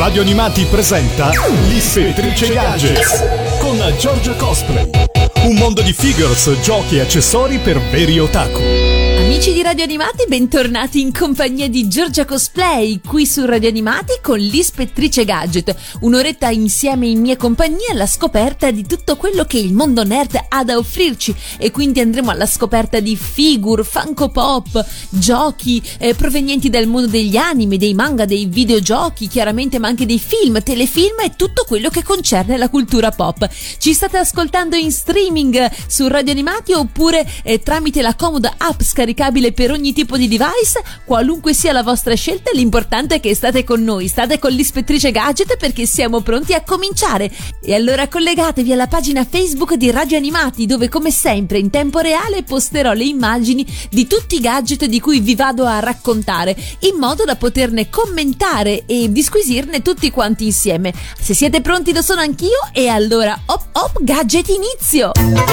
Radio Animati presenta l'Ispettrice Gadgets con Giorgia Cosplay. Un mondo di figures, giochi e accessori per veri otaku. Amici di Radio Animati, bentornati in compagnia di Giorgia Cosplay, qui su Radio Animati con l'Ispettrice Gadget. Un'oretta insieme in mia compagnia alla scoperta di tutto quello che il mondo nerd ha da offrirci, e quindi andremo alla scoperta di figure, Funko Pop, giochi provenienti dal mondo degli anime, dei manga, dei videogiochi, chiaramente, ma anche dei film, telefilm e tutto quello che concerne la cultura pop. Ci state ascoltando in streaming su Radio Animati oppure tramite la comoda app scaricabile per ogni tipo di device? Qualunque sia la vostra scelta, l'importante è che state con noi, state con l'Ispettrice Gadget, perché siamo pronti a cominciare. E allora collegatevi alla pagina Facebook di Radio Animati, dove come sempre in tempo reale posterò le immagini di tutti i gadget di cui vi vado a raccontare, in modo da poterne commentare e disquisirne tutti quanti insieme. Se siete pronti lo sono anch'io, e allora hop gadget inizio!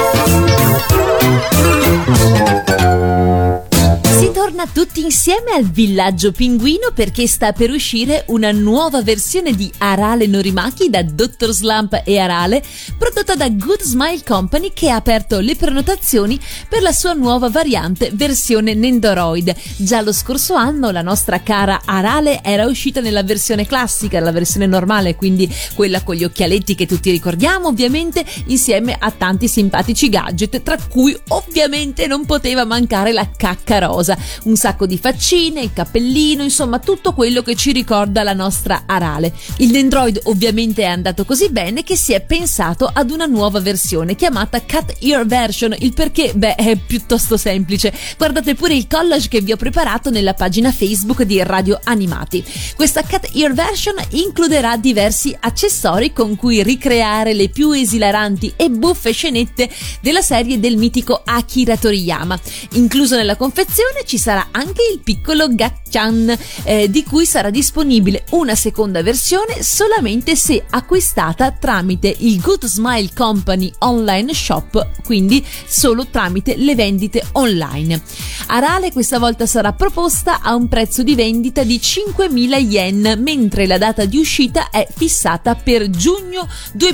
Si torna tutti insieme al Villaggio Pinguino, perché sta per uscire una nuova versione di Arale Norimaki da Dr. Slump e Arale, prodotta da Good Smile Company, che ha aperto le prenotazioni per la sua nuova variante versione Nendoroid. Già lo scorso anno la nostra cara Arale era uscita nella versione classica, la versione normale, quindi quella con gli occhialetti che tutti ricordiamo, ovviamente, insieme a tanti simpatici gadget, tra cui ovviamente non poteva mancare la cacca rosa. Un sacco di faccine, il cappellino, insomma tutto quello che ci ricorda la nostra Arale. Il Nendoroid ovviamente è andato così bene che si è pensato ad una nuova versione chiamata Cat Ear Version. Il perché? È piuttosto semplice. Guardate pure il collage che vi ho preparato nella pagina Facebook di Radio Animati. Questa Cat Ear Version includerà diversi accessori con cui ricreare le più esilaranti e buffe scenette della serie del mitico Akira Toriyama. Incluso nella confezione ci sarà anche il piccolo Gakchan, di cui sarà disponibile una seconda versione solamente se acquistata tramite il Good Smile Company online shop, quindi solo tramite le vendite online. Arale questa volta sarà proposta a un prezzo di vendita di 5.000 yen, mentre la data di uscita è fissata per giugno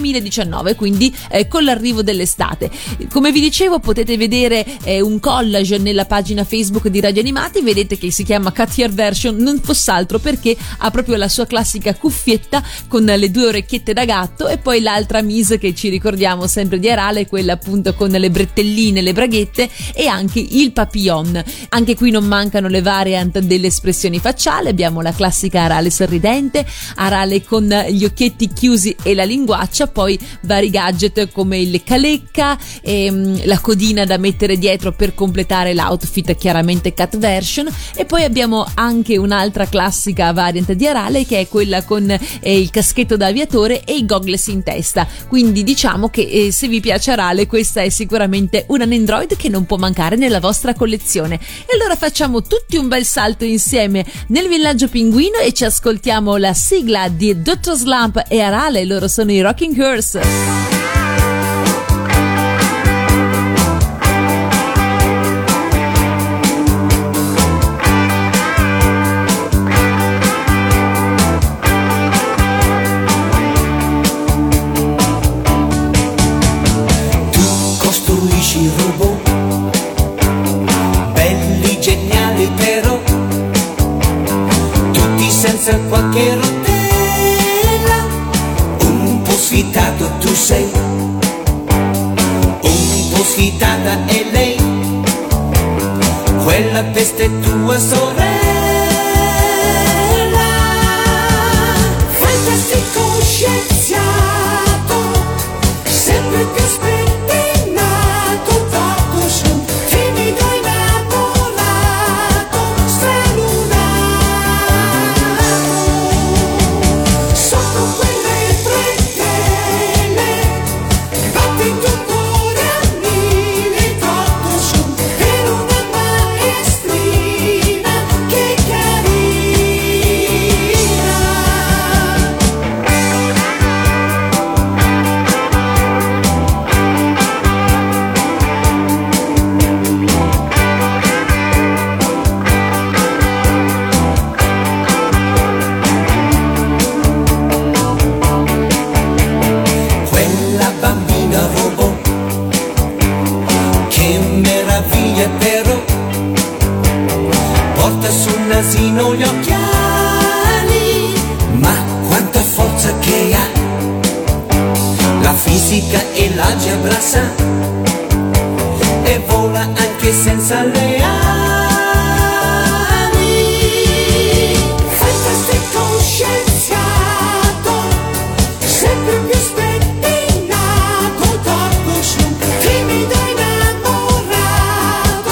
2019, quindi con l'arrivo dell'estate. Come vi dicevo, potete vedere un collage nella pagina Facebook di Radio Animati. Vedete che si chiama Cat Ear Version non fosse altro perché ha proprio la sua classica cuffietta con le due orecchiette da gatto, e poi l'altra mise che ci ricordiamo sempre di Arale, quella appunto con le brettelline, le braghette e anche il papillon. Anche qui non mancano le variant delle espressioni facciali. Abbiamo la classica Arale sorridente, Arale con gli occhietti chiusi e la linguaccia, poi vari gadget come il calecca e la codina da mettere dietro per completare l'outfit, chiaramente Cat Version. E poi abbiamo anche un'altra classica variant di Arale, che è quella con il caschetto da aviatore e i goggles in testa. Quindi diciamo che se vi piace Arale, questa è sicuramente una Nendoroid che non può mancare nella vostra collezione. E allora facciamo tutti un bel salto insieme nel Villaggio Pinguino e ci ascoltiamo la sigla di Dr. Slump e Arale. Loro sono i Rocking Horse. Robot belli, geniali però, tutti senza qualche rotella. Un po' sfidato tu sei, un po' sfidata è lei, quella peste è tua sorella. Fantastico scienziato, sempre più che senza le ali. Fantastico scienziato, sempre più spettinato, Dr. Schnuck, timido innamorato,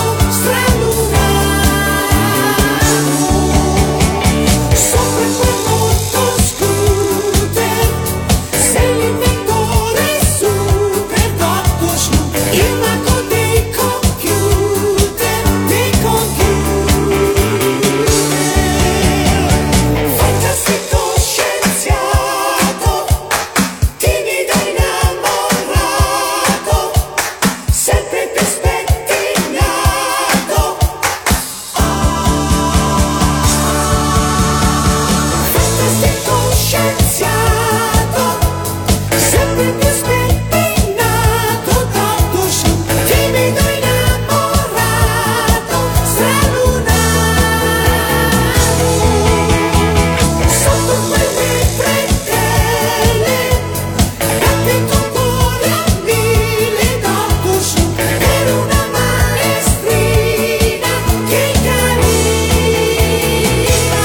stralunato. Sopra quel motoscooter, sei l'inventore super, Dr. Schnuck, il mago dei computer, dei computer. Fantastico scienziato, timido innamorato, sempre più spettinato. Fantastico scienziato, sempre più spettinato, Dr. Schnuck, timido innamorato, stralunato. Sotto quelle bretelle, capito cuore a mille, Dr. Schnuck, per una maestrina che carina.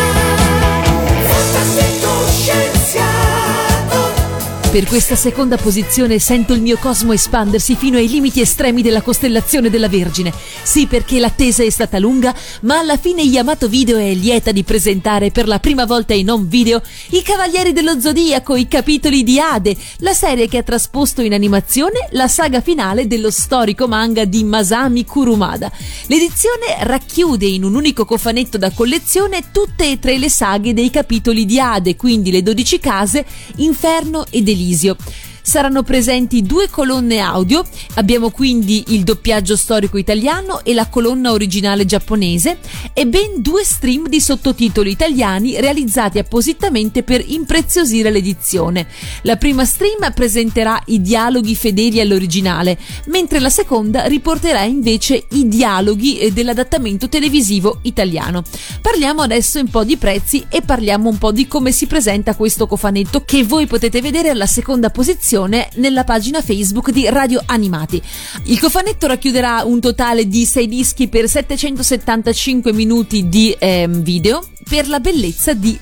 Fantastico scienziato. Per questa seconda posizione sento il mio cosmo espandersi fino ai limiti estremi della costellazione della Vergine. Sì, perché l'attesa è stata lunga, ma alla fine Yamato Video è lieta di presentare per la prima volta in home video I Cavalieri dello Zodiaco, i capitoli di Ade, la serie che ha trasposto in animazione la saga finale dello storico manga di Masami Kurumada. L'edizione racchiude in un unico cofanetto da collezione tutte e tre le saghe dei capitoli di Ade, quindi le 12 case, Inferno ed Elisio. Saranno presenti 2 colonne audio, abbiamo quindi il doppiaggio storico italiano e la colonna originale giapponese e ben 2 stream di sottotitoli italiani realizzati appositamente per impreziosire l'edizione. La prima stream presenterà i dialoghi fedeli all'originale, mentre la seconda riporterà invece i dialoghi dell'adattamento televisivo italiano. Parliamo adesso un po' di prezzi e parliamo un po' di come si presenta questo cofanetto, che voi potete vedere alla seconda posizione nella pagina Facebook di Radio Animati. Il cofanetto racchiuderà un totale di 6 dischi per 775 minuti di video per la bellezza di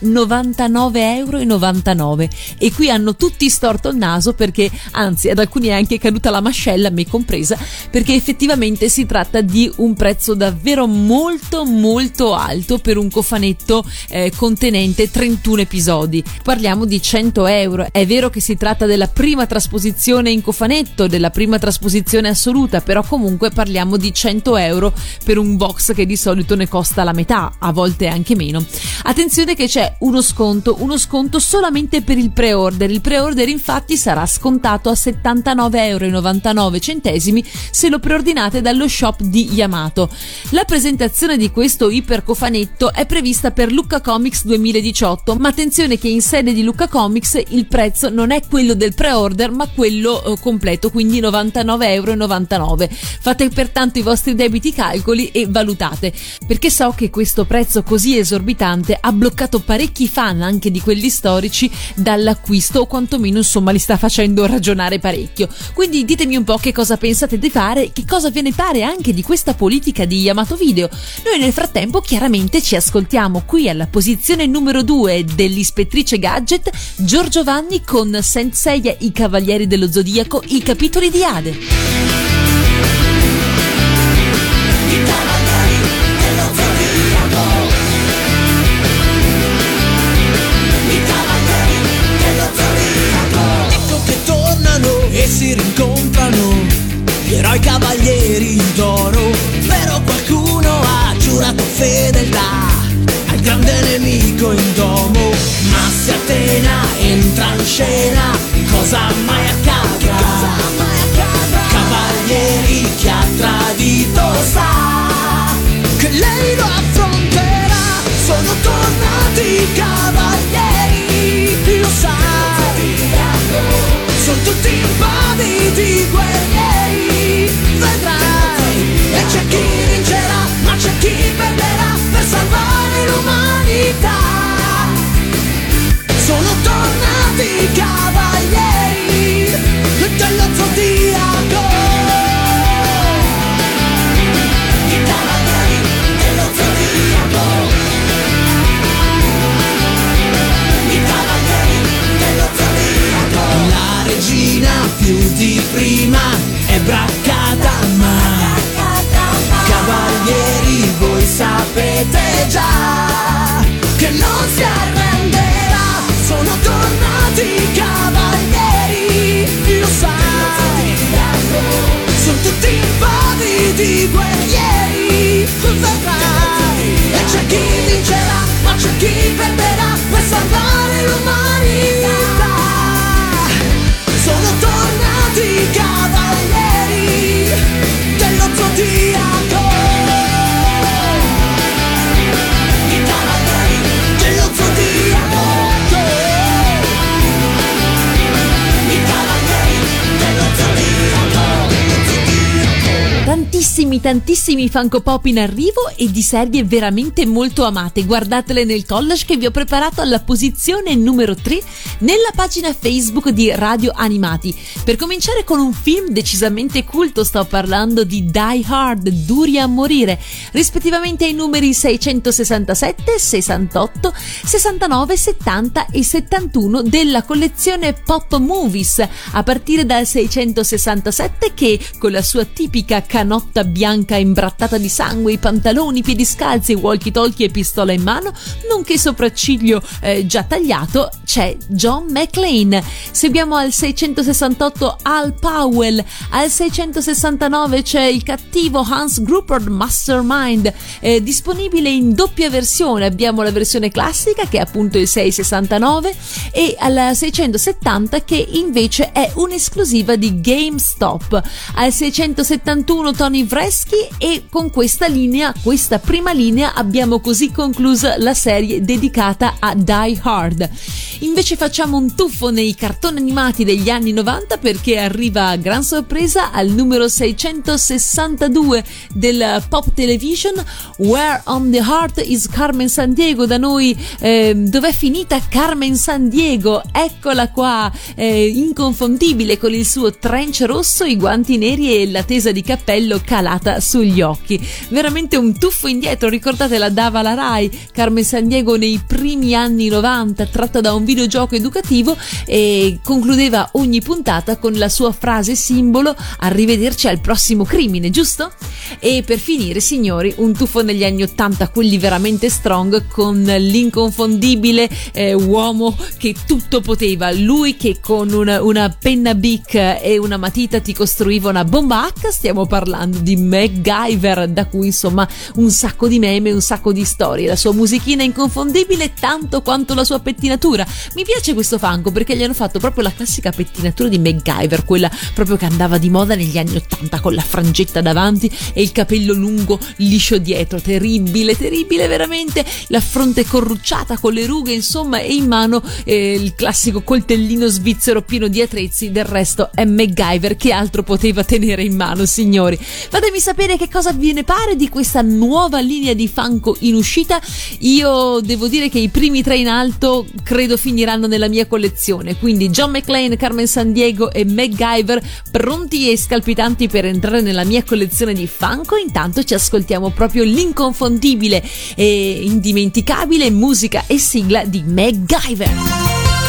99,99 €. E qui hanno tutti storto il naso perché, anzi, ad alcuni è anche caduta la mascella, me compresa, perché effettivamente si tratta di un prezzo davvero molto molto alto per un cofanetto contenente 31 episodi. Parliamo di 100 €. È vero che si tratta della prima trasposizione in cofanetto, della prima trasposizione assoluta, però comunque parliamo di 100 € per un box che di solito ne costa la metà, a volte anche meno. Attenzione che c'è uno sconto solamente per il pre-order. Il pre-order infatti sarà scontato a 79,99 € se lo preordinate dallo shop di Yamato. La presentazione di questo ipercofanetto è prevista per Lucca Comics 2018, ma attenzione che in sede di Lucca Comics il prezzo non è quello del pre-order ma quello completo, quindi 99,99 €. Fate pertanto i vostri debiti calcoli e valutate, perché so che questo prezzo così esorbitante ha bloccato parecchi fan anche di quelli storici dall'acquisto, o quantomeno insomma li sta facendo ragionare parecchio. Quindi ditemi un po' che cosa pensate di fare, che cosa ve ne pare anche di questa politica di Yamato Video. Noi nel frattempo chiaramente ci ascoltiamo qui alla posizione numero 2 dell'Ispettrice Gadget, Giorgio Vanni con Senseiya I Cavalieri dello Zodiaco, i capitoli di Ade. I Cavalieri dello Zodiaco, i Cavalieri dello Zodiaco. Ecco che tornano e si rincontrano gli eroi cavalieri d'oro. Però qualcuno ha giurato fedeltà al grande nemico in domo. Ma se Atena entra in scena, cosa mai accadrà? Cavalieri, chi ha tradito sa che lei lo affronterà. Sono tornati i cavalieri, lo sai. Sono tutti impaviditi guerrieri, vedrai. E c'è chi vincerà, ma c'è chi perderà per salvare l'umanità. Sono tornati i cavalieri dello Zodiaco. tantissimi Funko Pop in arrivo e di serie veramente molto amate. Guardatele nel collage che vi ho preparato alla posizione numero 3 nella pagina Facebook di Radio Animati. Per cominciare con un film decisamente culto, sto parlando di Die Hard, Duri a morire, rispettivamente ai numeri 667, 68, 69, 70 e 71 della collezione Pop Movies, a partire dal 667 che, con la sua tipica canotta bianca imbrattata di sangue, i pantaloni, piedi scalzi, walkie-talkie e pistola in mano, nonché sopracciglio già tagliato, c'è John McClane. Seguiamo al 668 Al Powell, al 669 c'è il cattivo Hans Gruber Mastermind, disponibile in doppia versione. Abbiamo la versione classica che è appunto il 669 e al 670 che invece è un'esclusiva di GameStop. Al 671 Tony Vreschi, e con questa prima linea abbiamo così conclusa la serie dedicata a Die Hard. Invece facciamo un tuffo nei cartoni animati degli anni 90 perché arriva a gran sorpresa al numero 662 del Pop Television Where on the Heart is Carmen Sandiego. Da noi dov'è finita Carmen Sandiego? Eccola qua, inconfondibile con il suo trench rosso, i guanti neri e la tesa di cappello calata sugli occhi. Veramente un tuffo indietro. Ricordate, la dava la Rai Carmen Sandiego nei primi anni 90, tratta da un videogioco educativo, e concludeva ogni puntata con la sua frase simbolo: arrivederci al prossimo crimine, giusto? E per finire, signori, un tuffo negli anni 80, quelli veramente strong, con l'inconfondibile uomo che tutto poteva, lui che con una penna Bic e una matita ti costruiva una bomba H. Stiamo parlando di MacGyver, da cui insomma un sacco di meme, un sacco di storie. La sua musichina è inconfondibile tanto quanto la sua pettinatura. Mi piace questo Funko perché gli hanno fatto proprio la classica pettinatura di MacGyver, quella proprio che andava di moda negli anni 80, con la frangetta davanti e il capello lungo liscio dietro. Terribile veramente, la fronte corrucciata con le rughe, insomma, e in mano il classico coltellino svizzero pieno di attrezzi. Del resto è MacGyver, che altro poteva tenere in mano, signori? Fatemi sapere che cosa vi ne pare di questa nuova linea di Funko in uscita. Io devo dire che i primi 3 in alto credo finiranno nella mia collezione, quindi John McClane, Carmen Sandiego e MacGyver pronti e scalpitanti per entrare nella mia collezione di Funko. Intanto ci ascoltiamo proprio l'inconfondibile e indimenticabile musica e sigla di MacGyver.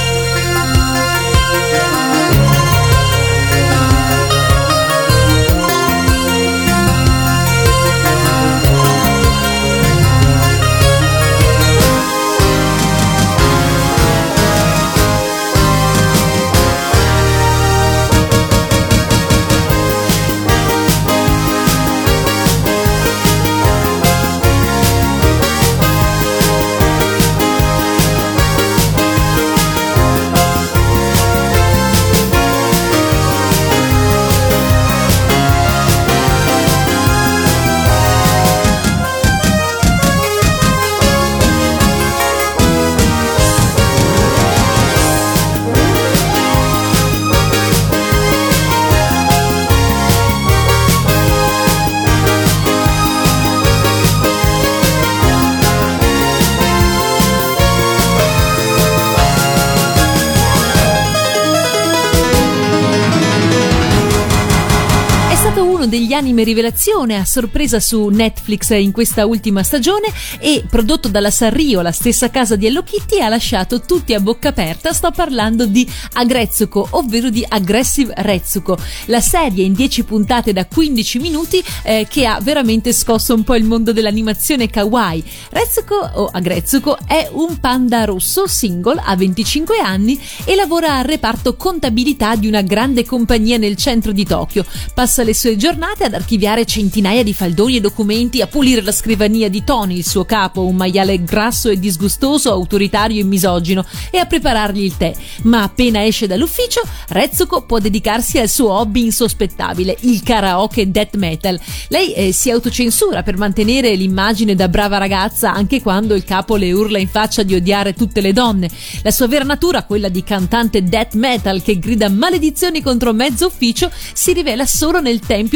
Degli anime rivelazione a sorpresa su Netflix in questa ultima stagione, e prodotto dalla Sanrio, la stessa casa di Hello Kitty, ha lasciato tutti a bocca aperta. Sto parlando di Aggretsuko, ovvero di Aggressive Retsuko, la serie in 10 puntate da 15 minuti che ha veramente scosso un po' il mondo dell'animazione kawaii. Retsuko o Aggretsuko è un panda rosso single, ha 25 anni e lavora al reparto contabilità di una grande compagnia nel centro di Tokyo. Passa le sue giornate ad archiviare centinaia di faldoni e documenti, a pulire la scrivania di Tony, il suo capo, un maiale grasso e disgustoso, autoritario e misogino, e a preparargli il tè. Ma appena esce dall'ufficio, Retsuko può dedicarsi al suo hobby insospettabile, il karaoke death metal. Lei si autocensura per mantenere l'immagine da brava ragazza, anche quando il capo le urla in faccia di odiare tutte le donne. La sua vera natura, quella di cantante death metal che grida maledizioni contro mezzo ufficio, si rivela solo nel tempio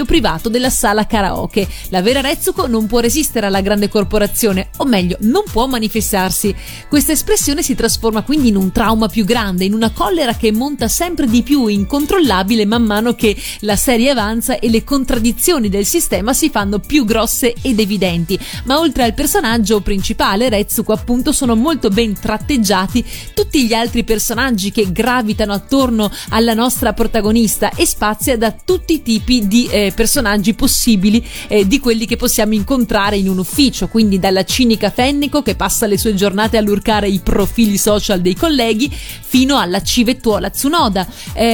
ampio privato della sala karaoke. La vera Retsuko non può resistere alla grande corporazione, o meglio, non può manifestarsi. Questa espressione si trasforma quindi in un trauma più grande, in una collera che monta sempre di più, incontrollabile man mano che la serie avanza e le contraddizioni del sistema si fanno più grosse ed evidenti. Ma oltre al personaggio principale, Retsuko appunto, sono molto ben tratteggiati tutti gli altri personaggi che gravitano attorno alla nostra protagonista, e spazia da tutti i tipi di personaggi possibili, di quelli che possiamo incontrare in un ufficio, quindi dalla cinica Fenneko che passa le sue giornate a lurcare i profili social dei colleghi, fino alla civettuola Tsunoda,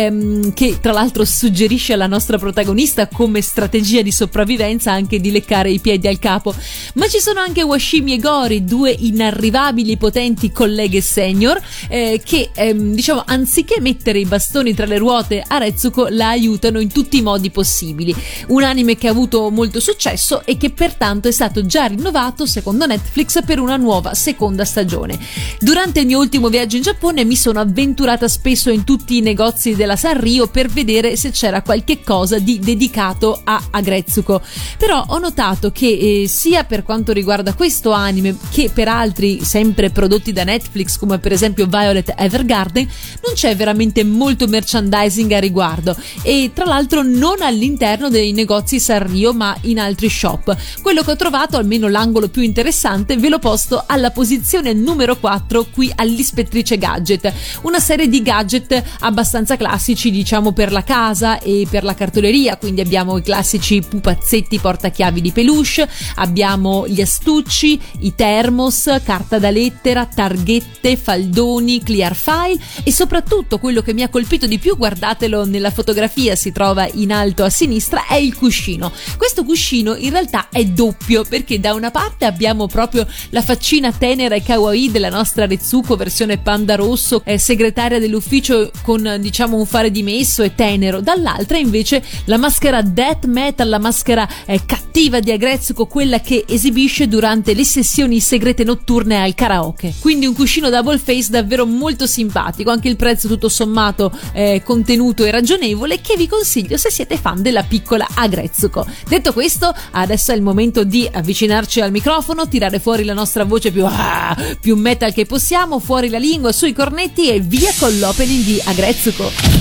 che tra l'altro suggerisce alla nostra protagonista come strategia di sopravvivenza anche di leccare i piedi al capo. Ma ci sono anche Washimi e Gori, due inarrivabili e potenti colleghe senior, che diciamo, anziché mettere i bastoni tra le ruote a Retsuko, la aiutano in tutti i modi possibili. Un anime che ha avuto molto successo e che pertanto è stato già rinnovato, secondo Netflix, per una nuova seconda stagione. Durante il mio ultimo viaggio in Giappone mi sono avventurata spesso in tutti i negozi della Sanrio per vedere se c'era qualche cosa di dedicato a Retsuko, però ho notato che sia per quanto riguarda questo anime che per altri sempre prodotti da Netflix, come per esempio Violet Evergarden, non c'è veramente molto merchandising a riguardo, e tra l'altro non all'interno dei negozi Sanrio ma in altri shop. Quello che ho trovato, almeno l'angolo più interessante, ve l'ho posto alla posizione numero 4 qui all'Ispettrice Gadget, una serie di gadget abbastanza classici, diciamo, per la casa e per la cartoleria. Quindi abbiamo i classici pupazzetti portachiavi di peluche, abbiamo gli astucci, i thermos, carta da lettera, targhette, faldoni, clear file, e soprattutto quello che mi ha colpito di più, guardatelo nella fotografia, si trova in alto a sinistra, è il cuscino. Questo cuscino in realtà è doppio, perché da una parte abbiamo proprio la faccina tenera e kawaii della nostra Retsuko versione panda rosso, segretaria dell'ufficio con, diciamo, un fare dimesso e tenero, dall'altra invece la maschera death metal, la maschera cattiva di Retsuko, quella che esibisce durante le sessioni segrete notturne al karaoke. Quindi un cuscino double face davvero molto simpatico, anche il prezzo tutto sommato contenuto e ragionevole, che vi consiglio se siete fan della piccola Retsuko. Detto questo, adesso è il momento di avvicinarci al microfono, tirare fuori la nostra voce più metal che possiamo, fuori la lingua, sui cornetti e via con l'opening di Retsuko.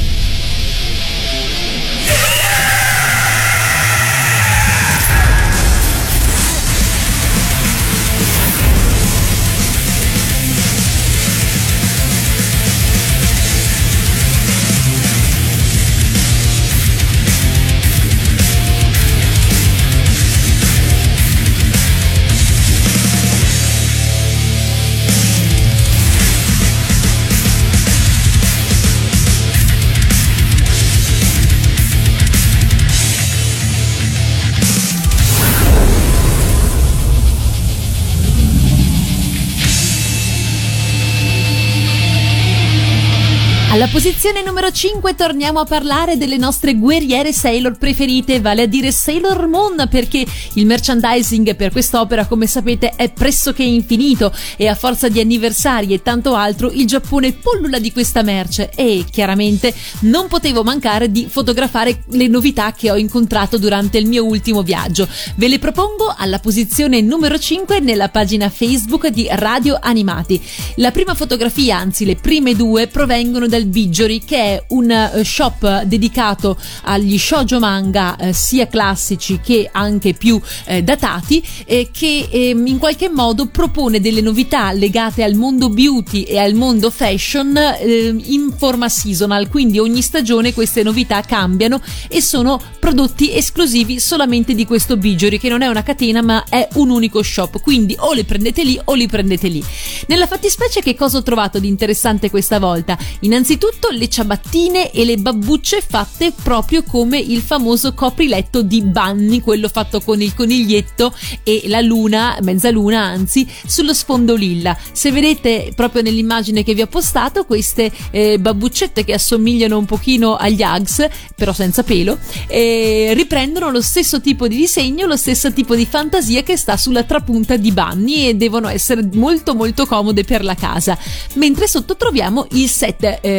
Alla posizione numero 5 torniamo a parlare delle nostre guerriere Sailor preferite, vale a dire Sailor Moon, perché il merchandising per quest'opera, come sapete, è pressoché infinito, e a forza di anniversari e tanto altro il Giappone pullula di questa merce, e chiaramente non potevo mancare di fotografare le novità che ho incontrato durante il mio ultimo viaggio. Ve le propongo alla posizione numero 5 nella pagina Facebook di Radio Animati. La prima fotografia, anzi le prime due, provengono dal Bijori, che è un shop dedicato agli shoujo manga sia classici che anche più datati, che in qualche modo propone delle novità legate al mondo beauty e al mondo fashion in forma seasonal, quindi ogni stagione queste novità cambiano e sono prodotti esclusivi solamente di questo Bijori, che non è una catena ma è un unico shop, quindi o le prendete lì o li prendete lì. Nella fattispecie, che cosa ho trovato di interessante questa volta? Innanzitutto le ciabattine e le babbucce fatte proprio come il famoso copriletto di Bunny, quello fatto con il coniglietto e la luna, mezzaluna anzi, sullo sfondo lilla. Se vedete proprio nell'immagine che vi ho postato, queste babbuccette che assomigliano un pochino agli Uggs, però senza pelo, riprendono lo stesso tipo di disegno, lo stesso tipo di fantasia che sta sulla trapunta di Bunny, e devono essere molto molto comode per la casa. Mentre sotto troviamo il set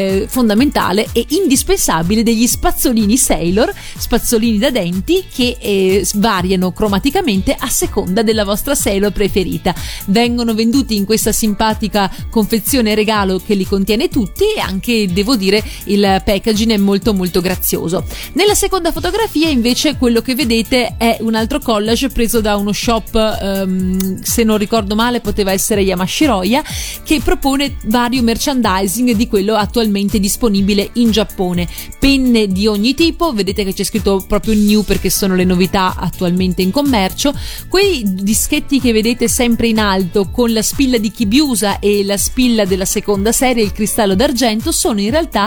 fondamentale e indispensabile degli spazzolini Sailor, spazzolini da denti che variano cromaticamente a seconda della vostra Sailor preferita. Vengono venduti in questa simpatica confezione regalo che li contiene tutti, e anche, devo dire, il packaging è molto molto grazioso. Nella seconda fotografia invece quello che vedete è un altro collage preso da uno shop, se non ricordo male poteva essere Yamashiroya, che propone vario merchandising di quello attualmente disponibile in Giappone. Penne di ogni tipo, vedete che c'è scritto proprio new perché sono le novità attualmente in commercio. Quei dischetti che vedete sempre in alto con la spilla di Chibiusa e la spilla della seconda serie, il cristallo d'argento, sono in realtà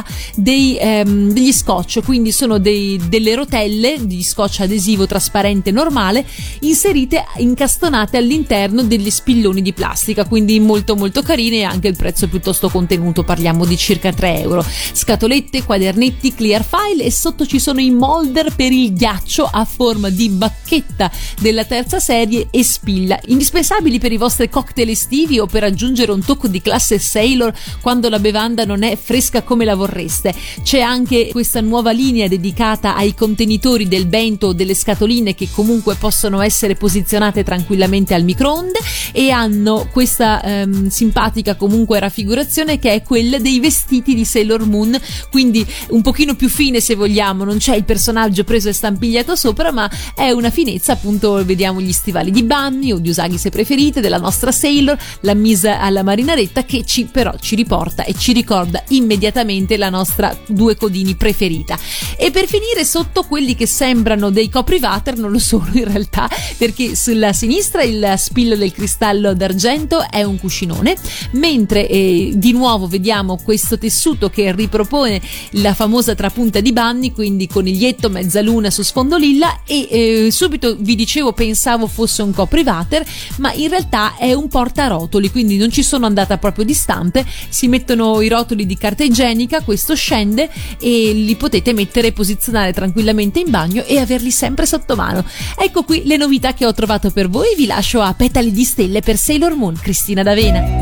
degli scotch, quindi sono delle rotelle di scotch adesivo trasparente normale inserite, incastonate all'interno degli spilloni di plastica, quindi molto molto carine, e anche il prezzo è piuttosto contenuto, parliamo di circa 3 euro. Scatolette, quadernetti, clear file, e sotto ci sono i molder per il ghiaccio a forma di bacchetta della terza serie e spilla, indispensabili per i vostri cocktail estivi o per aggiungere un tocco di classe Sailor quando la bevanda non è fresca come la vorreste. C'è anche questa nuova linea dedicata ai contenitori del bento o delle scatoline, che comunque possono essere posizionate tranquillamente al microonde, e hanno questa simpatica comunque raffigurazione che è quella dei vestiti di Sailor Moon, quindi un pochino più fine se vogliamo, non c'è il personaggio preso e stampigliato sopra, ma è una finezza, appunto. Vediamo gli stivali di Bunny o di Usagi se preferite, della nostra Sailor, la mise alla marinaretta, che però ci riporta e ci ricorda immediatamente la nostra due codini preferita. E per finire, sotto quelli che sembrano dei copriwater non lo sono in realtà, perché sulla sinistra il spillo del cristallo d'argento è un cuscinone, mentre di nuovo vediamo questo tessuto che ripropone la famosa trapunta di Bunny, quindi coniglietto, mezzaluna su sfondo lilla, e subito vi dicevo pensavo fosse un copriwater, ma in realtà è un portarotoli, quindi non ci sono andata proprio di stampe, si mettono i rotoli di carta igienica, questo scende e li potete mettere e posizionare tranquillamente in bagno e averli sempre sotto mano. Ecco qui le novità che ho trovato per voi, vi lascio a Petali di stelle per Sailor Moon, Cristina D'Avena.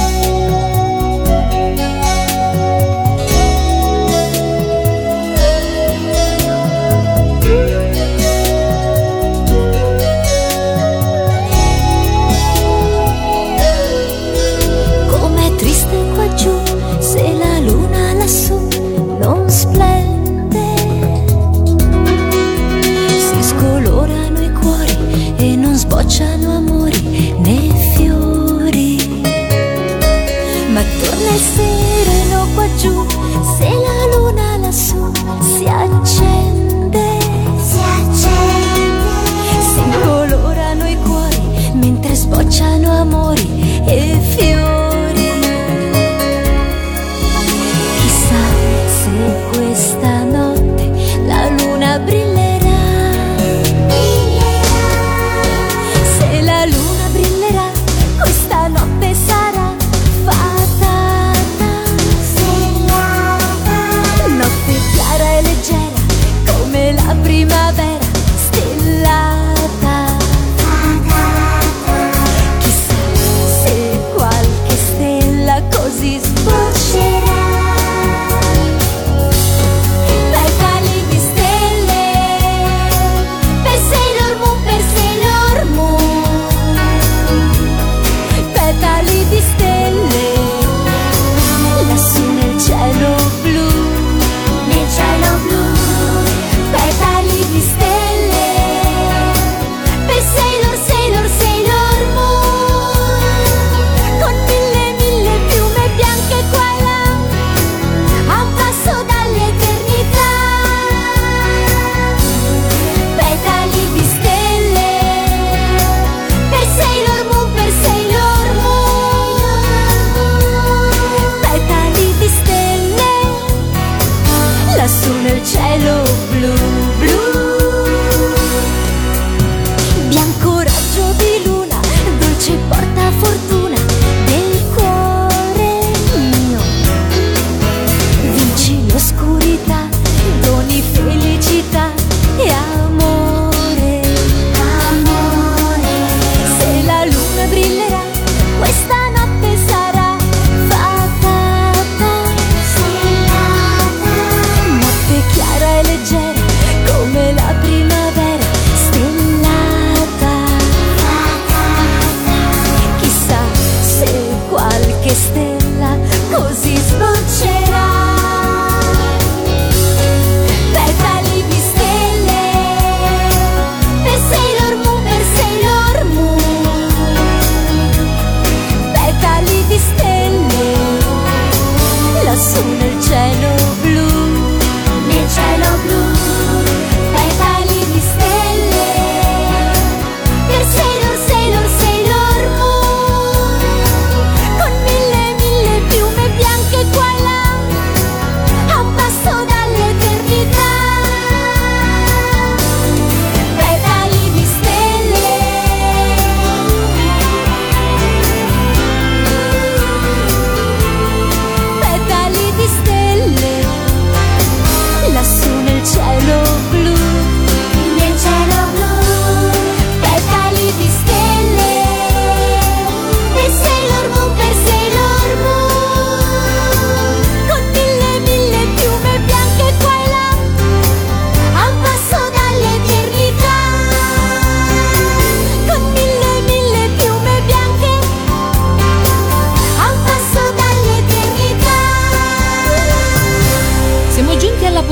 Se la luna lassù non splende, si scolorano i cuori e non sbocciano amori né fiori, ma torna il sereno qua giù, se la luna lassù si accende, si incolorano i cuori mentre sbocciano amori e fiori. Questa notte la luna brillerà, se la luna brillerà, questa notte sarà fatata,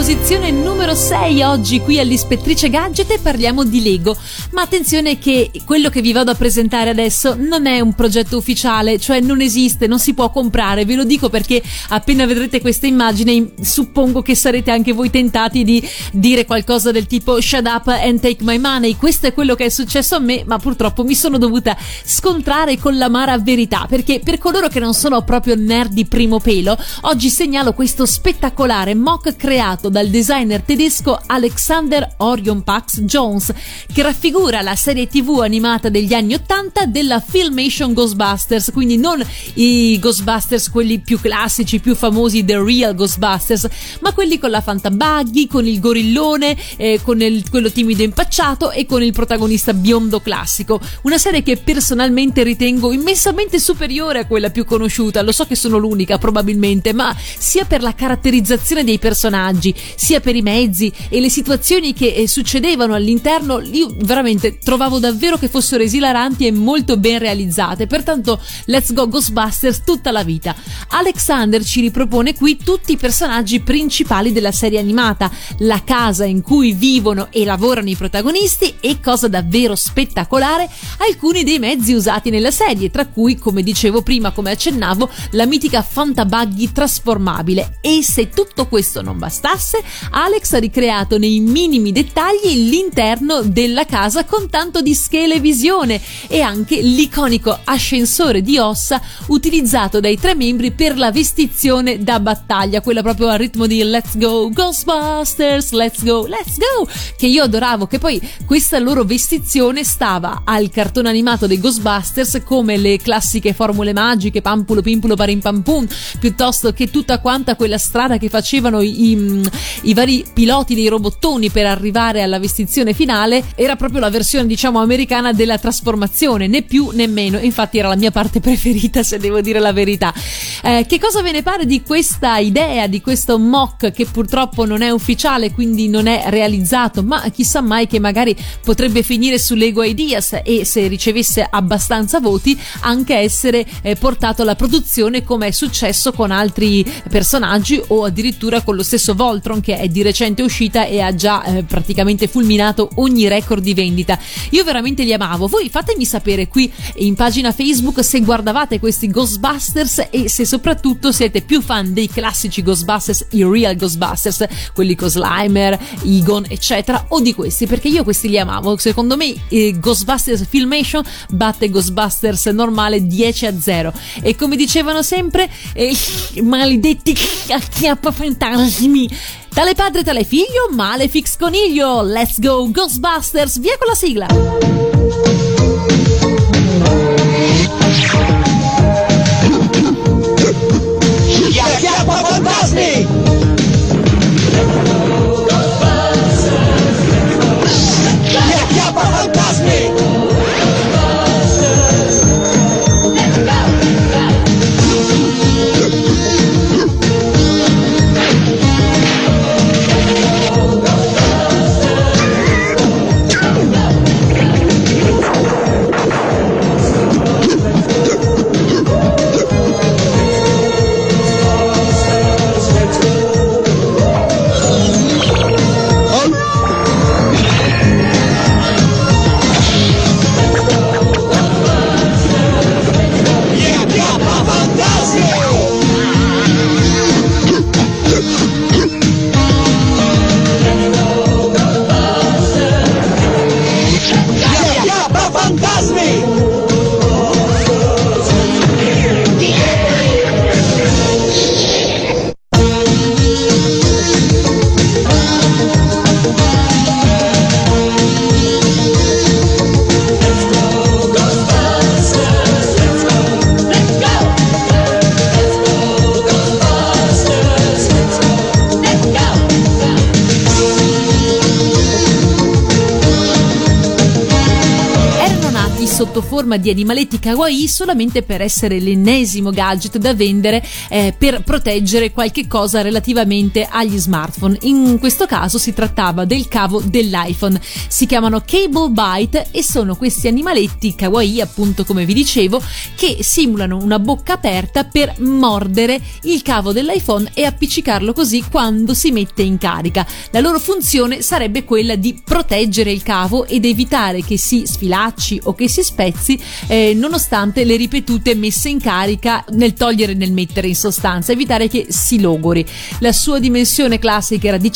posizione numero 6 oggi qui all'Ispettrice Gadget e parliamo di Lego. Ma attenzione che quello che vi vado a presentare adesso non è un progetto ufficiale, cioè non esiste, non si può comprare, ve lo dico perché appena vedrete questa immagine suppongo che sarete anche voi tentati di dire qualcosa del tipo shut up and take my money. Questo è quello che è successo a me, ma purtroppo mi sono dovuta scontrare con l'amara verità, perché per coloro che non sono proprio nerd di primo pelo, oggi segnalo questo spettacolare mock creato dal designer tedesco Alexander Orion Pax Jones, che raffigura la serie TV animata degli anni 80 della Filmation Ghostbusters, quindi non i Ghostbusters quelli più classici, più famosi, The Real Ghostbusters, ma quelli con la Fantabuggy, con il gorillone, con quello timido impacciato e con il protagonista biondo classico. Una serie che personalmente ritengo immensamente superiore a quella più conosciuta. Lo so che sono l'unica probabilmente, ma sia per la caratterizzazione dei personaggi, sia per i mezzi e le situazioni che succedevano all'interno, io veramente trovavo davvero che fossero esilaranti e molto ben realizzate. Pertanto let's go Ghostbusters tutta la vita. Alexander ci ripropone qui tutti i personaggi principali della serie animata, la casa in cui vivono e lavorano i protagonisti e, cosa davvero spettacolare, alcuni dei mezzi usati nella serie, tra cui, come dicevo prima, come accennavo, la mitica Fantabuggy trasformabile. E se tutto questo non bastasse, Alex ha ricreato nei minimi dettagli l'interno della casa con tanto di schelevisione e anche l'iconico ascensore di ossa utilizzato dai tre membri per la vestizione da battaglia, quella proprio al ritmo di Let's Go Ghostbusters, Let's Go, che io adoravo, che poi questa loro vestizione stava al cartone animato dei Ghostbusters, come le classiche formule magiche, pampulo pimpulo parim pam pum, piuttosto che tutta quanta quella strada che facevano i vari piloti dei robottoni per arrivare alla vestizione finale. Era proprio la versione, diciamo, americana della trasformazione, né più né meno. Infatti era la mia parte preferita, se devo dire la verità. Che cosa ve ne pare di questa idea, di questo mock che purtroppo non è ufficiale, quindi non è realizzato, ma chissà mai che magari potrebbe finire su Lego Ideas e, se ricevesse abbastanza voti, anche essere portato alla produzione, come è successo con altri personaggi o addirittura con lo stesso Voltron, che è di recente uscita e ha già praticamente fulminato ogni record di vendita. Io veramente li amavo. Voi fatemi sapere qui in pagina Facebook se guardavate questi Ghostbusters e se soprattutto siete più fan dei classici Ghostbusters, i Real Ghostbusters, quelli con Slimer, Egon eccetera, o di questi, perché io questi li amavo. Secondo me Ghostbusters Filmation batte Ghostbusters normale 10-0 e, come dicevano sempre, maledetti acchiappafantasmi, tale padre tale figlio, Malefic coniglio. Let's go Ghostbusters, via con la sigla. Gli acchiappafantasmi! Gli acchiappafantasmi! sotto forma di animaletti kawaii solamente per essere l'ennesimo gadget da vendere per proteggere qualche cosa relativamente agli smartphone. In questo caso si trattava del cavo dell'iPhone. Si chiamano Cable Bite e sono questi animaletti kawaii, appunto come vi dicevo, che simulano una bocca aperta per mordere il cavo dell'iPhone e appiccicarlo così quando si mette in carica. La loro funzione sarebbe quella di proteggere il cavo ed evitare che si sfilacci o che si spezzi nonostante le ripetute messe in carica nel togliere e nel mettere, in sostanza evitare che si logori. La sua dimensione classica era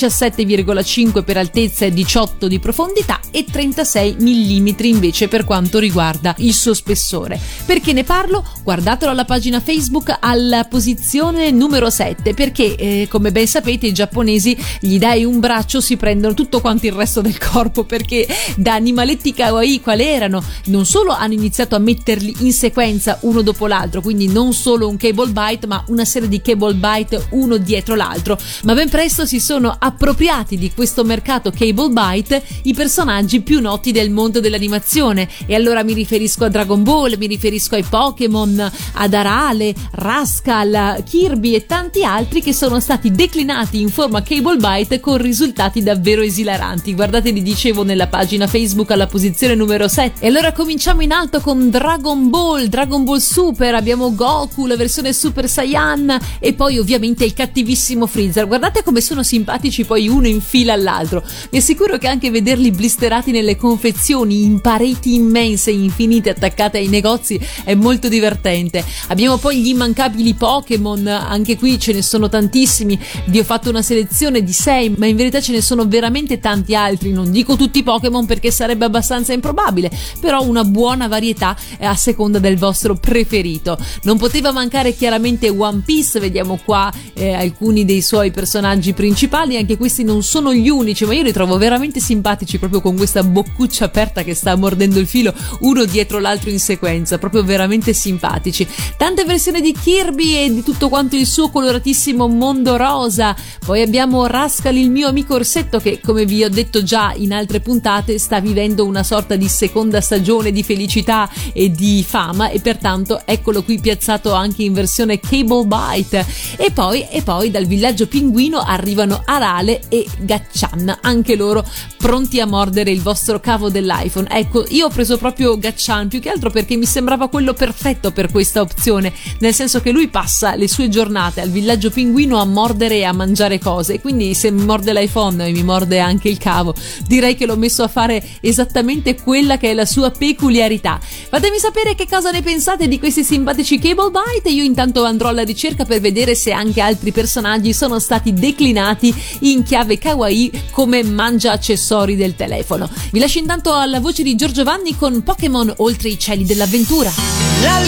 17,5 per altezza e 18 di profondità e 36 mm invece per quanto riguarda il suo spessore. Perché ne parlo? Guardatelo alla pagina Facebook alla posizione numero 7, perché come ben sapete i giapponesi gli dai un braccio si prendono tutto quanto il resto del corpo, perché da animaletti kawaii quali erano, non solo hanno iniziato a metterli in sequenza uno dopo l'altro, quindi non solo un Cable Bite ma una serie di Cable Bite uno dietro l'altro, ma ben presto si sono appropriati di questo mercato Cable Bite i personaggi più noti del mondo dell'animazione, e allora mi riferisco a Dragon Ball, mi riferisco ai Pokémon, ad Arale, Rascal, Kirby e tanti altri che sono stati declinati in forma Cable Bite con risultati davvero esilaranti. Guardate, vi dicevo, nella pagina Facebook alla posizione numero 7. E allora cominciamo in alto con Dragon Ball Super, abbiamo Goku, la versione Super Saiyan e poi ovviamente il cattivissimo Freezer. Guardate come sono simpatici poi uno in fila all'altro. Vi assicuro che anche vederli blisterati nelle confezioni in pareti immense e infinite attaccate ai negozi è molto divertente. Abbiamo poi gli immancabili Pokémon, anche qui ce ne sono tantissimi, vi ho fatto una selezione di 6 ma in verità ce ne sono veramente tanti altri, non dico tutti Pokémon perché sarebbe abbastanza improbabile, però una buona varietà a seconda del vostro preferito. Non poteva mancare chiaramente One Piece, vediamo qua alcuni dei suoi personaggi principali, anche questi non sono gli unici ma io li trovo veramente simpatici, proprio con questa boccuccia aperta che sta mordendo il filo uno dietro l'altro in sequenza, proprio veramente simpatici. Tante versioni di Kirby e di tutto quanto il suo coloratissimo mondo rosa. Poi abbiamo Rascal, il mio amico orsetto, che come vi ho detto già in altre puntate sta vivendo una sorta di seconda stagione di felicità e di fama, e pertanto eccolo qui piazzato anche in versione Cable Bite. E poi dal villaggio pinguino arrivano Arale e Gatchan, anche loro pronti a mordere il vostro cavo dell'iPhone. Ecco, io ho preso proprio Gatchan più che altro perché mi sembrava quello perfetto per questa opzione, nel senso che lui passa le sue giornate al villaggio pinguino a mordere e a mangiare cose, e quindi se mi morde l'iPhone e mi morde anche il cavo, direi che l'ho messo a fare esattamente quella che è la sua peculiarità. Fatemi sapere che cosa ne pensate di questi simpatici Cable Bite, e io intanto andrò alla ricerca per vedere se anche altri personaggi sono stati declinati in chiave kawaii come mangia accessori del telefono. Vi lascio intanto alla voce di Giorgio Vanni con Pokémon Oltre i cieli dell'avventura. La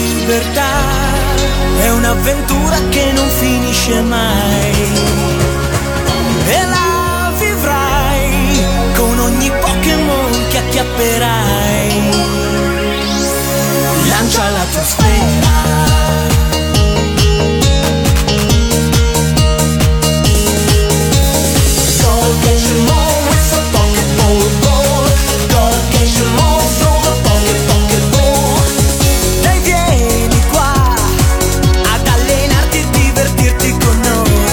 libertà è un'avventura che non finisce mai e la vivrai con ogni Pokémon che acchiapperai. Lancia la tua sfera, dai vieni qua ad allenarti e divertirti con noi.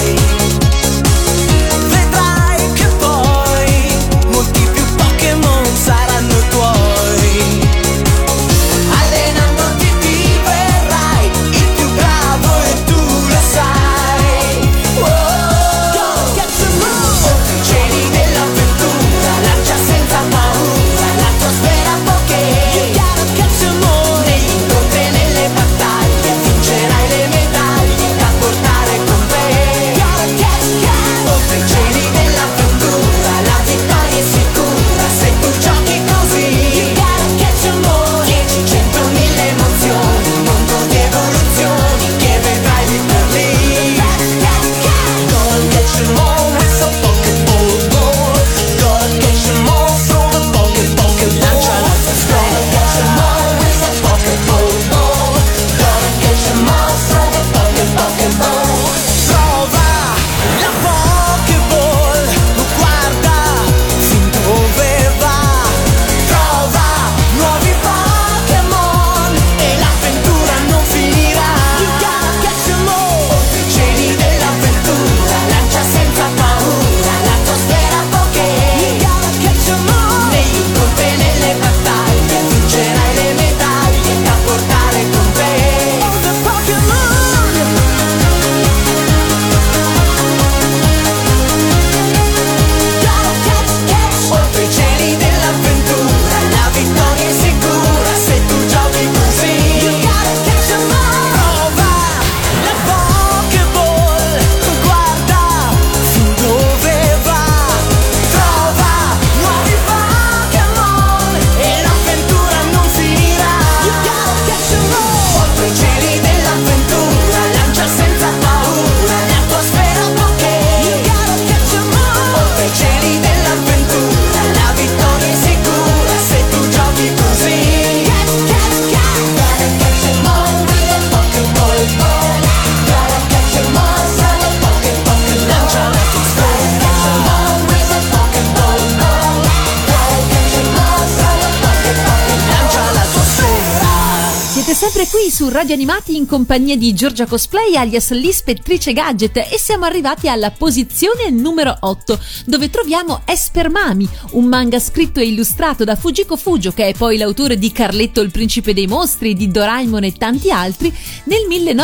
Sempre qui su Radio Animati in compagnia di Giorgia Cosplay alias l'ispettrice Gadget, e siamo arrivati alla posizione numero 8, dove troviamo Esper Mami, un manga scritto e illustrato da Fujiko Fujo, che è poi l'autore di Carletto il principe dei mostri, di Doraemon e tanti altri, nel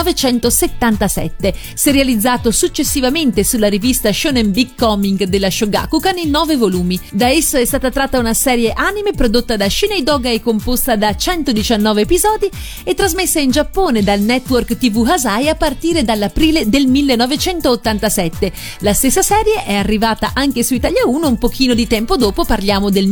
1977, serializzato successivamente sulla rivista Shonen Big Coming della Shogakukan in 9 volumi. Da esso è stata tratta una serie anime prodotta da Shinei Doga e composta da 119 episodi e trasmessa in Giappone dal network TV Hasai a partire dall'aprile del 1987. La stessa serie è arrivata anche su Italia 1 un pochino di tempo dopo, parliamo del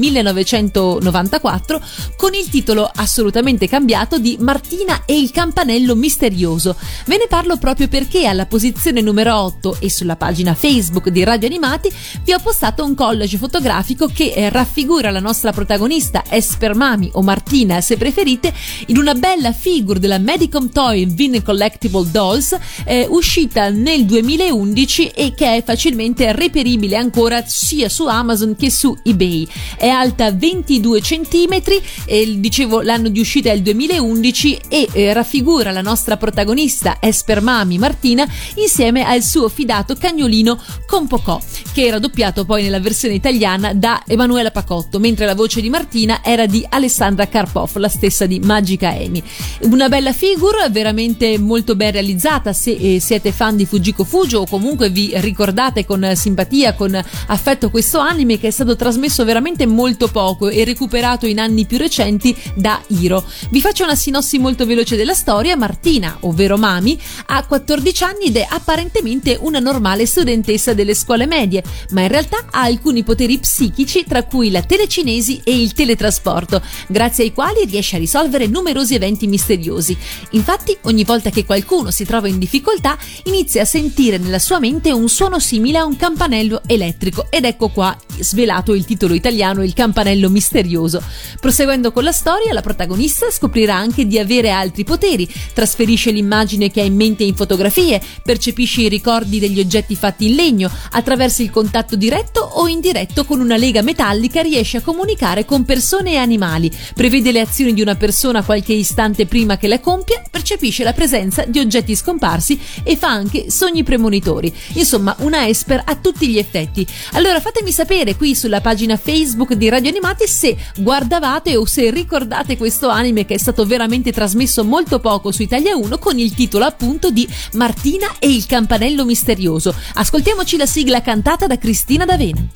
1994, con il titolo assolutamente cambiato di Martina e il campanello misterioso. Ve ne parlo proprio perché alla posizione numero 8 e sulla pagina Facebook di Radio Animati vi ho postato un collage fotografico che raffigura la nostra protagonista Esper Mami, o Martina se preferite, in una bella figure della Medicom Toy Vin Collectible Dolls uscita nel 2011 e che è facilmente reperibile ancora sia su Amazon che su eBay. È alta 22 cm, dicevo l'anno di uscita è il 2011 e raffigura la nostra protagonista Esper Mami Martina insieme al suo fidato cagnolino Compocò, che era doppiato poi nella versione italiana da Emanuela Pacotto, mentre la voce di Martina era di Alessandra Karpov, la stessa di Magica Amy. Una bella figure, veramente molto ben realizzata. Se siete fan di Fujiko Fujo o comunque vi ricordate con simpatia, con affetto questo anime che è stato trasmesso veramente molto poco e recuperato in anni più recenti da Hiro. Vi faccio una sinossi molto veloce della storia. Martina, ovvero Mami, ha 14 anni ed è apparentemente una normale studentessa delle scuole medie, ma in realtà ha alcuni poteri psichici, tra cui la telecinesi e il teletrasporto, grazie ai quali riesce a risolvere numerosi eventi misteriosi. Infatti, ogni volta che qualcuno si trova in difficoltà, inizia a sentire nella sua mente un suono simile a un campanello elettrico, ed ecco qua svelato il titolo italiano, Il campanello misterioso. Proseguendo con la storia, la protagonista scoprirà anche di avere altri poteri, trasferisce l'immagine che ha in mente in fotografie, percepisce i ricordi degli oggetti fatti in legno, attraverso il contatto diretto o indiretto con una lega metallica riesce a comunicare con persone e animali, prevede le azioni di una persona qualche istante prima che la compia, percepisce la presenza di oggetti scomparsi e fa anche sogni premonitori. Insomma, una Esper a tutti gli effetti. Allora fatemi sapere qui sulla pagina Facebook di Radio Animati se guardavate o se ricordate questo anime che è stato veramente trasmesso molto poco su Italia 1 con il titolo appunto di Martina e il campanello misterioso. Ascoltiamoci la sigla cantata da Cristina D'Avena.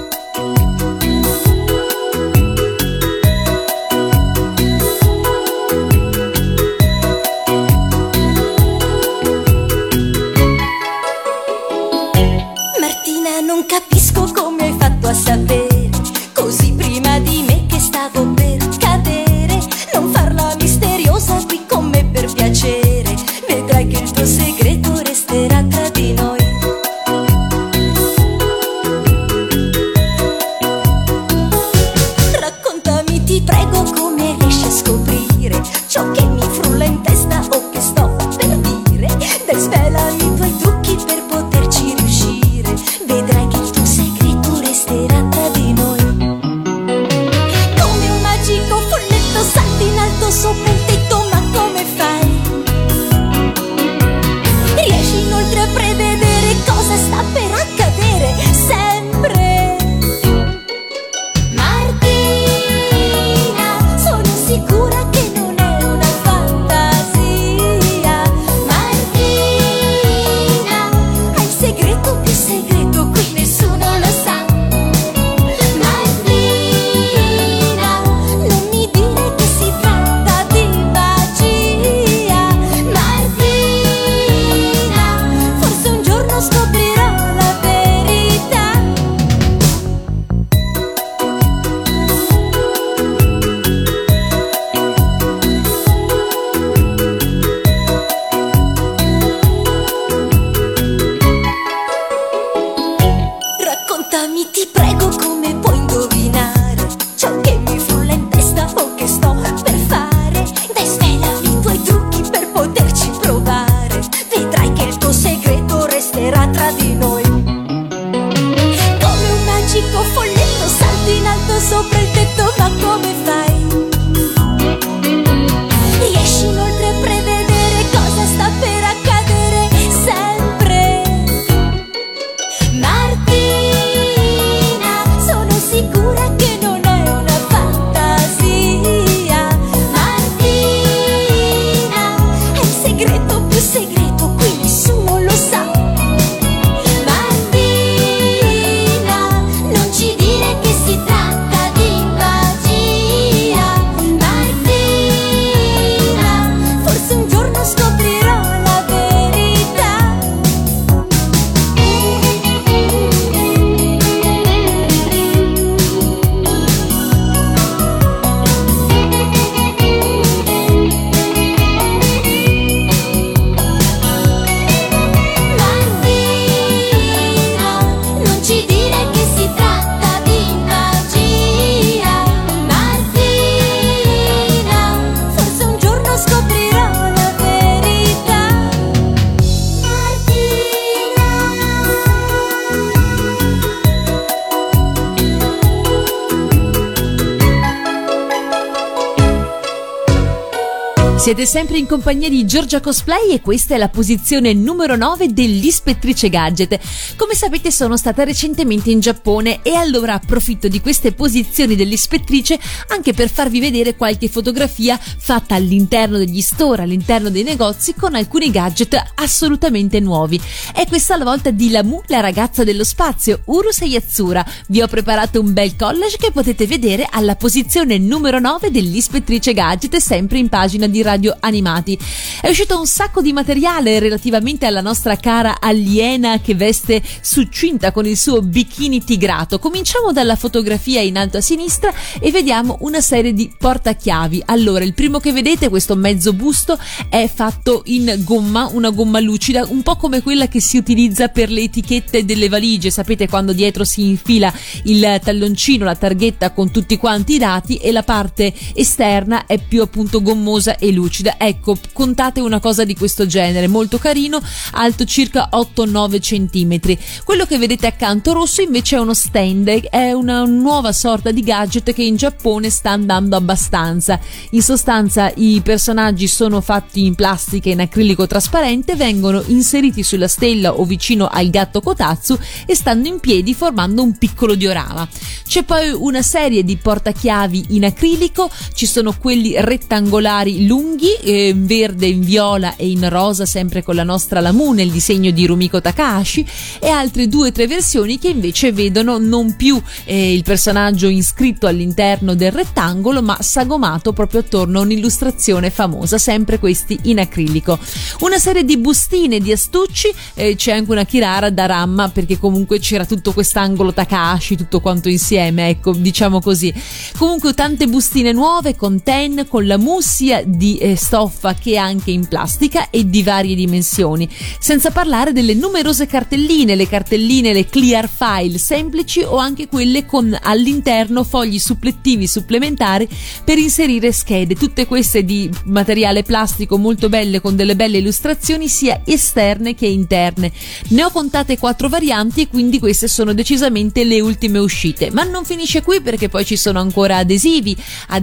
Non capisco come hai fatto a sapere così prima di me che stavo per cadere. Non farla misteriosa qui con me per piacere, vedrai che il tuo segreto resterà tra di noi. Raccontami, ti prego, come riesci a scoprire ciò che mi frulla in testa o che sto per dire. Dai, svelami i tuoi trucchi per poterci riuscire, vedrai che il tuo segreto resterà tra di noi. Siete sempre in compagnia di Giorgia Cosplay e questa è la posizione numero 9 dell'Ispettrice Gadget. Come sapete sono stata recentemente in Giappone e allora approfitto di queste posizioni dell'Ispettrice anche per farvi vedere qualche fotografia fatta all'interno degli store, all'interno dei negozi con alcuni gadget assolutamente nuovi. È questa la volta di Lamu, la ragazza dello spazio, Urusei Yatsura. Vi ho preparato un bel collage che potete vedere alla posizione numero 9 dell'Ispettrice Gadget, sempre in pagina di Radio Animati. È uscito un sacco di materiale relativamente alla nostra cara aliena che veste succinta con il suo bikini tigrato. Cominciamo dalla fotografia in alto a sinistra e vediamo una serie di portachiavi. Allora, il primo che vedete, questo mezzo busto, è fatto in gomma, una gomma lucida, un po' come quella che si utilizza per le etichette delle valigie. Sapete, quando dietro si infila il talloncino, la targhetta con tutti quanti i dati e la parte esterna è più appunto gommosa e lucida. Ecco, contate una cosa di questo genere, molto carino, alto circa 8-9 centimetri. Quello che vedete accanto rosso invece è uno stand, è una nuova sorta di gadget che in Giappone sta andando abbastanza. In sostanza i personaggi sono fatti in plastica in acrilico trasparente, vengono inseriti sulla stella o vicino al gatto Kotatsu e stanno in piedi formando un piccolo diorama. C'è poi una serie di portachiavi in acrilico, ci sono quelli rettangolari lunghi, in verde, in viola e in rosa, sempre con la nostra Lamu nel disegno di Rumiko Takahashi, e altre 2 o 3 versioni che invece vedono non più il personaggio iscritto all'interno del rettangolo ma sagomato proprio attorno a un'illustrazione famosa, sempre questi in acrilico. Una serie di bustine, di astucci, c'è anche una Kirara da Ramma perché comunque c'era tutto quest'angolo Takahashi tutto quanto insieme, ecco, diciamo così. Comunque tante bustine nuove con ten, con Lamu sia di stoffa che anche in plastica e di varie dimensioni, senza parlare delle numerose cartelline, le clear file semplici o anche quelle con all'interno fogli suppletivi supplementari per inserire schede, tutte queste di materiale plastico molto belle con delle belle illustrazioni sia esterne che interne. Ne ho contate 4 varianti e quindi queste sono decisamente le ultime uscite, ma non finisce qui perché poi ci sono ancora adesivi,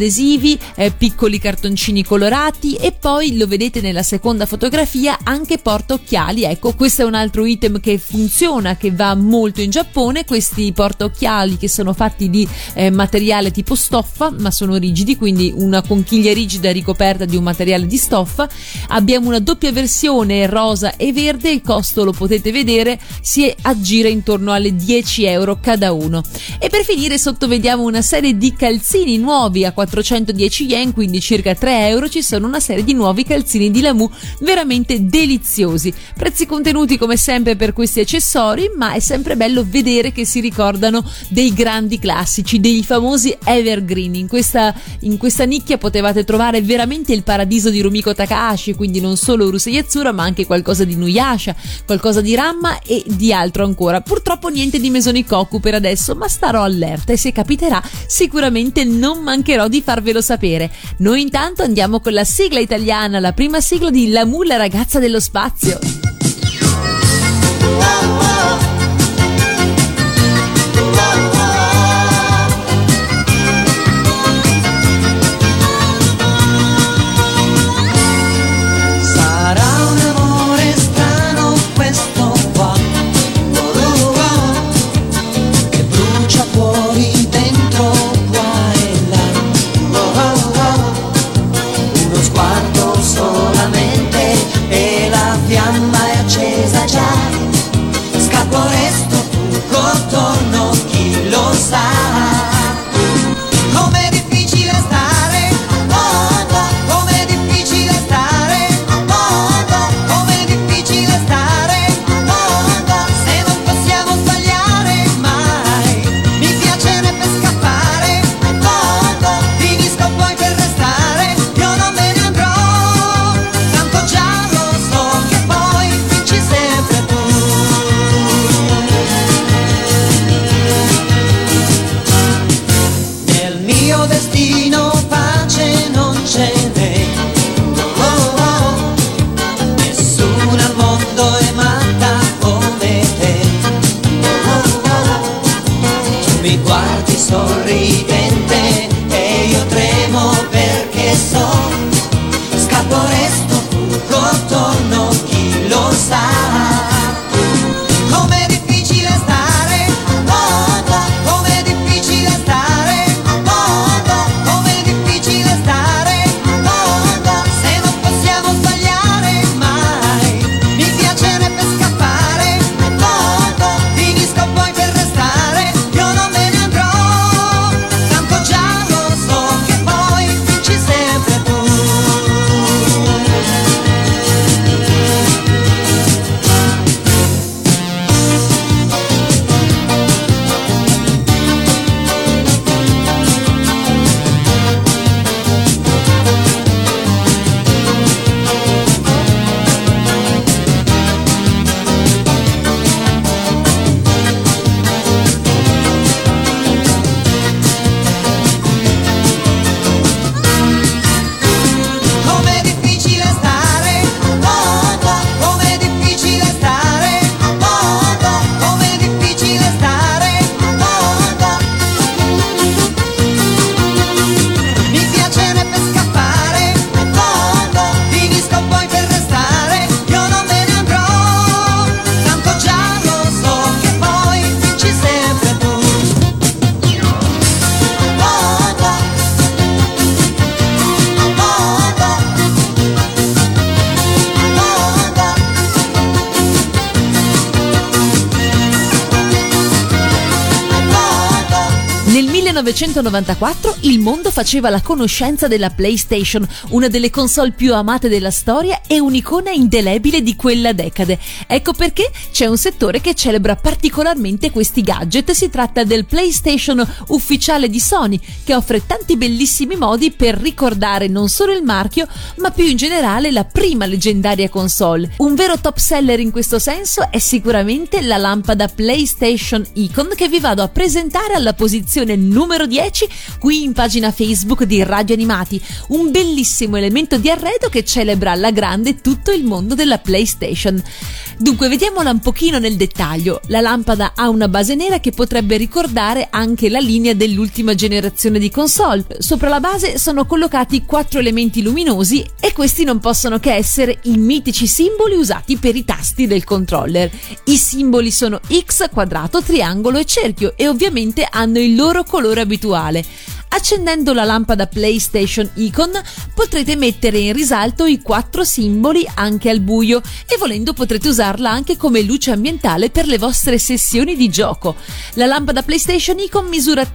piccoli cartoncini colorati e poi lo vedete nella seconda fotografia anche portaocchiali. Ecco, questo è un altro item che funziona, che va molto in Giappone. Questi portaocchiali che sono fatti di materiale tipo stoffa ma sono rigidi, quindi una conchiglia rigida ricoperta di un materiale di stoffa. Abbiamo una doppia versione rosa e verde, il costo lo potete vedere, si aggira intorno alle 10 euro cada uno. E per finire sotto vediamo una serie di calzini nuovi a 410 yen, quindi circa 3 euro. Ci sono una serie di nuovi calzini di Lamu veramente deliziosi, prezzi contenuti come sempre per questi accessori, ma è sempre bello vedere che si ricordano dei grandi classici, dei famosi evergreen. In questa nicchia potevate trovare veramente il paradiso di Rumiko Takahashi, quindi non solo Urusei Yatsura ma anche qualcosa di Nuyasha, qualcosa di Ramma e di altro ancora. Purtroppo niente di Mesonikoku per adesso, ma starò allerta e se capiterà sicuramente non mancherò di farvelo sapere. Noi intanto andiamo con la sigla italiana, la prima sigla di Lamu, la ragazza dello spazio. Sarà un amore strano questo qua, che brucia fuori dentro qua e là, uno sguardo solamente e la fiamma è 1994 il mondo faceva la conoscenza della PlayStation, una delle console più amate della storia e un'icona indelebile di quella decade. Ecco perché c'è un settore che celebra particolarmente questi gadget. Si tratta del PlayStation ufficiale di Sony, che offre tanti bellissimi modi per ricordare non solo il marchio, ma più in generale la prima leggendaria console. Un vero top seller in questo senso è sicuramente la lampada PlayStation Icon, che vi vado a presentare alla posizione numero 10 qui in pagina Facebook di Radio Animati, un bellissimo elemento di arredo che celebra alla grande tutto il mondo della PlayStation. Dunque, vediamola un pochino nel dettaglio. La lampada ha una base nera che potrebbe ricordare anche la linea dell'ultima generazione di console. Sopra la base sono collocati 4 elementi luminosi e questi non possono che essere i mitici simboli usati per i tasti del controller. I simboli sono X, quadrato, triangolo e cerchio e ovviamente hanno il loro colore abituale. Accendendo la lampada PlayStation Icon potrete mettere in risalto i 4 simboli anche al buio e volendo potrete usarla anche come luce ambientale per le vostre sessioni di gioco. La lampada PlayStation Icon misura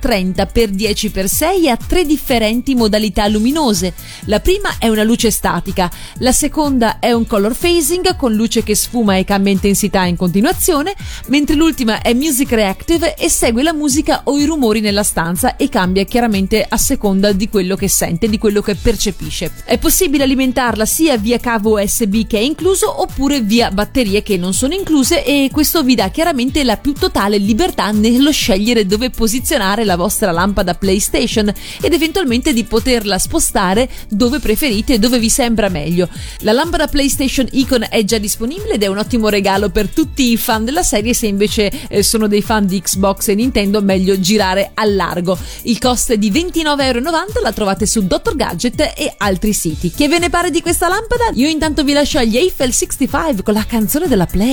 30x10x6 e ha 3 differenti modalità luminose. La prima è una luce statica, la seconda è un color phasing con luce che sfuma e cambia intensità in continuazione, mentre l'ultima è Music Reactive e segue la musica o i rumori nella stanza e cambia chiaramente a seconda di quello che sente, di quello che percepisce. È possibile alimentarla sia via cavo USB che è incluso oppure via batterie che non sono incluse e questo vi dà chiaramente la più totale libertà nello scegliere dove posizionare la vostra lampada PlayStation ed eventualmente di poterla spostare dove preferite e dove vi sembra meglio. La lampada PlayStation Icon è già disponibile ed è un ottimo regalo per tutti i fan della serie. Se invece sono dei fan di Xbox e Nintendo, meglio girare al largo. Il costo è di €29,90, la trovate su Dr. Gadget e altri siti. Che ve ne pare di questa lampada? Io intanto vi lascio agli Eiffel 65 con la canzone della Play.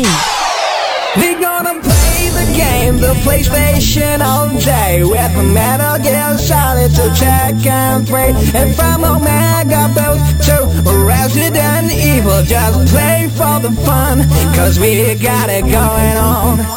We're gonna play the game, the PlayStation all day, with the Metal Gear Solid to check and play, and from Omega Belt to Resident Evil, just play for the fun, cause we got it going on.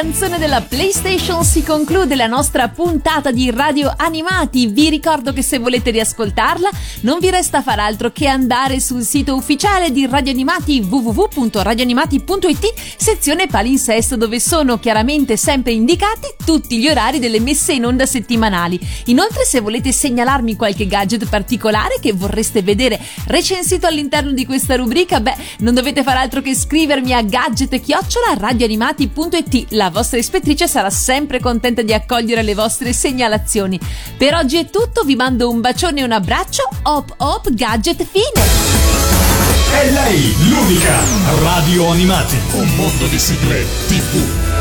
canzone della PlayStation si conclude la nostra puntata di Radio Animati. Vi ricordo che se volete riascoltarla non vi resta far altro che andare sul sito ufficiale di Radio Animati, www.radioanimati.it, sezione palinsesto, dove sono chiaramente sempre indicati tutti gli orari delle messe in onda settimanali. Inoltre, se volete segnalarmi qualche gadget particolare che vorreste vedere recensito all'interno di questa rubrica, non dovete far altro che scrivermi a gadget@radioanimati.it. La vostra ispettrice sarà sempre contenta di accogliere le vostre segnalazioni. Per oggi è tutto, vi mando un bacione e un abbraccio. Hop hop gadget fine. È lei l'unica Radio Animati, un mondo di sigle TV.